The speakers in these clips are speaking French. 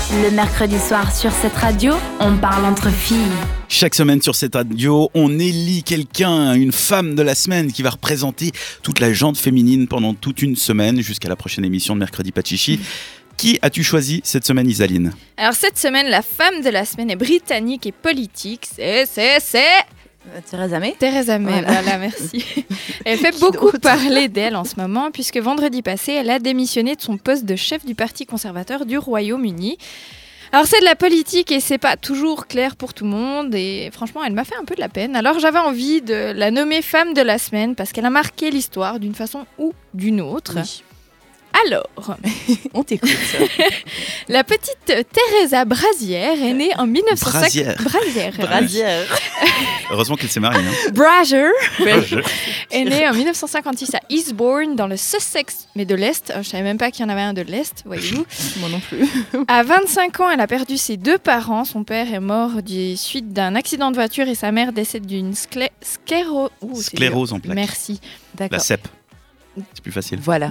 Le mercredi soir sur cette radio, on parle entre filles. Chaque semaine sur cette radio, on élit quelqu'un, une femme de la semaine qui va représenter toute la gente féminine pendant toute une semaine jusqu'à la prochaine émission de Mercredi Pas de Chichi. Qui as-tu choisi cette semaine, Isaline ? Alors cette semaine, la femme de la semaine est britannique et politique. C'est Theresa May. Theresa May, voilà, merci. Elle fait beaucoup parler d'elle en ce moment, puisque vendredi passé, elle a démissionné de son poste de chef du Parti conservateur du Royaume-Uni. Alors c'est de la politique et c'est pas toujours clair pour tout le monde, et franchement, elle m'a fait un peu de la peine. Alors j'avais envie de la nommer femme de la semaine, parce qu'elle a marqué l'histoire d'une façon ou d'une autre. Oui. Alors, on t'écoute. la petite Teresa Brazier est née en 1950. Brazier. Heureusement qu'elle s'est mariée. Brazier est née en 1956 à Eastbourne, dans le Sussex, mais de l'Est. Je savais même pas qu'il y en avait un de l'Est, voyez-vous. Moi non plus. À 25 ans, elle a perdu ses deux parents. Son père est mort des suites d'un accident de voiture et sa mère décède d'une Sclérose en plaques. Merci. D'accord. La CEP. C'est plus facile. Voilà.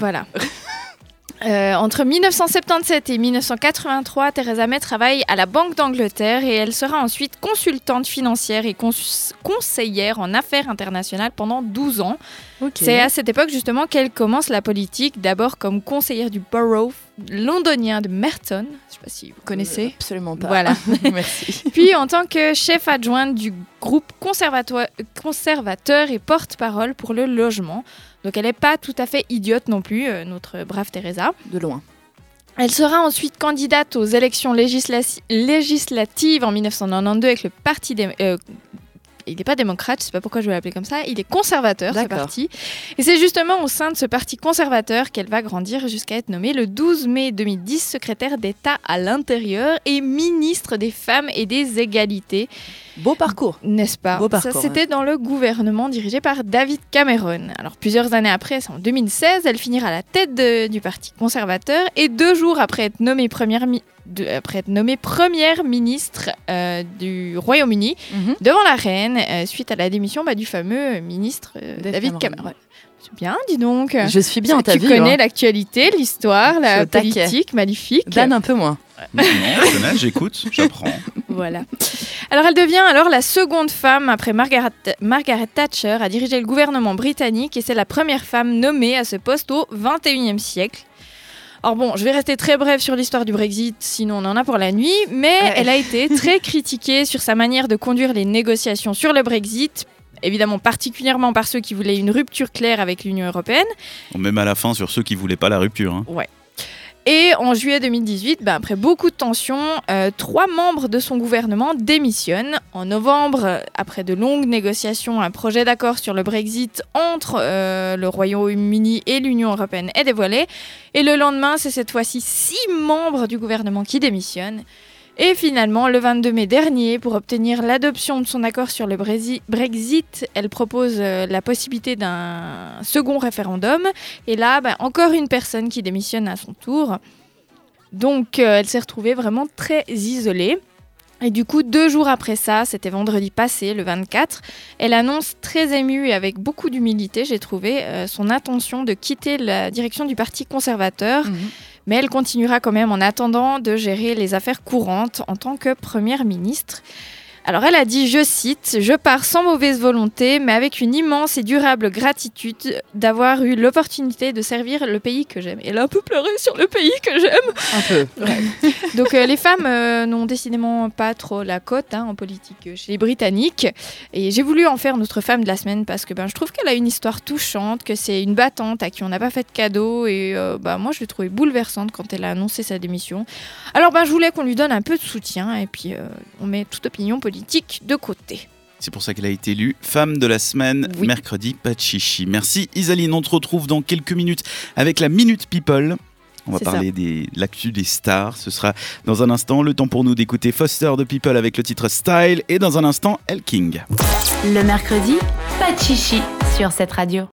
Entre 1977 et 1983, Theresa May travaille à la Banque d'Angleterre et elle sera ensuite consultante financière et conseillère en affaires internationales pendant 12 ans. Okay. C'est à cette époque justement qu'elle commence la politique, d'abord comme conseillère du borough londonien de Merton. Je ne sais pas si vous connaissez. Absolument pas. Voilà. Merci. Puis en tant que chef adjointe du groupe conservateur et porte-parole pour le logement. Donc elle n'est pas tout à fait idiote non plus, notre brave Teresa. De loin. Elle sera ensuite candidate aux élections législatives en 1992 avec le parti il n'est pas démocrate, je ne sais pas pourquoi je vais l'appeler comme ça, il est conservateur, ce parti. Et c'est justement au sein de ce parti conservateur qu'elle va grandir jusqu'à être nommée le 12 mai 2010 secrétaire d'État à l'intérieur et ministre des femmes et des égalités. Beau parcours. N'est-ce pas ? Beau parcours, ça, c'était dans le gouvernement dirigé par David Cameron. Alors, plusieurs années après, c'est en 2016, elle finira à la tête du Parti conservateur et 2 jours après être nommée première ministre du Royaume-Uni devant la reine, suite à la démission du fameux ministre David Cameron. Ouais. C'est bien, dis donc. Je suis bien, t'as vu. Tu connais l'actualité, l'histoire, la politique, magnifique. Dan un peu moins. Non, je connais, j'écoute, j'apprends. Voilà. Alors elle devient la seconde femme après Margaret Thatcher à diriger le gouvernement britannique et c'est la première femme nommée à ce poste au XXIe siècle. Alors bon, je vais rester très brève sur l'histoire du Brexit, sinon on en a pour la nuit, mais elle a été très critiquée sur sa manière de conduire les négociations sur le Brexit, évidemment particulièrement par ceux qui voulaient une rupture claire avec l'Union européenne. Même à la fin sur ceux qui voulaient pas la rupture. Hein. Ouais. Et en juillet 2018, après beaucoup de tensions, 3 membres de son gouvernement démissionnent. En novembre, après de longues négociations, un projet d'accord sur le Brexit entre le Royaume-Uni et l'Union européenne est dévoilé. Et le lendemain, c'est cette fois-ci 6 membres du gouvernement qui démissionnent. Et finalement, le 22 mai dernier, pour obtenir l'adoption de son accord sur le Brexit, elle propose la possibilité d'un second référendum. Et là, encore une personne qui démissionne à son tour. Donc, elle s'est retrouvée vraiment très isolée. Et du coup, 2 jours après ça, c'était vendredi passé, le 24, elle annonce très émue et avec beaucoup d'humilité, j'ai trouvé, son intention de quitter la direction du Parti conservateur. Mais elle continuera quand même en attendant de gérer les affaires courantes en tant que première ministre. Alors elle a dit, je cite, « Je pars sans mauvaise volonté, mais avec une immense et durable gratitude d'avoir eu l'opportunité de servir le pays que j'aime. » Elle a un peu pleuré sur le pays que j'aime. Un peu. Ouais. Donc les femmes n'ont décidément pas trop la cote en politique chez les Britanniques. Et j'ai voulu en faire notre femme de la semaine parce que je trouve qu'elle a une histoire touchante, que c'est une battante à qui on n'a pas fait de cadeau. Et moi, je l'ai trouvée bouleversante quand elle a annoncé sa démission. Alors je voulais qu'on lui donne un peu de soutien et puis on met toute opinion politique de côté. C'est pour ça qu'elle a été élue femme de la semaine, mercredi pas de chichi. Merci Isaline, on te retrouve dans quelques minutes avec la Minute People. On va parler de l'actu des stars. Ce sera dans un instant le temps pour nous d'écouter Foster de People avec le titre Style et dans un instant El King. Le mercredi, pas de chichi sur cette radio.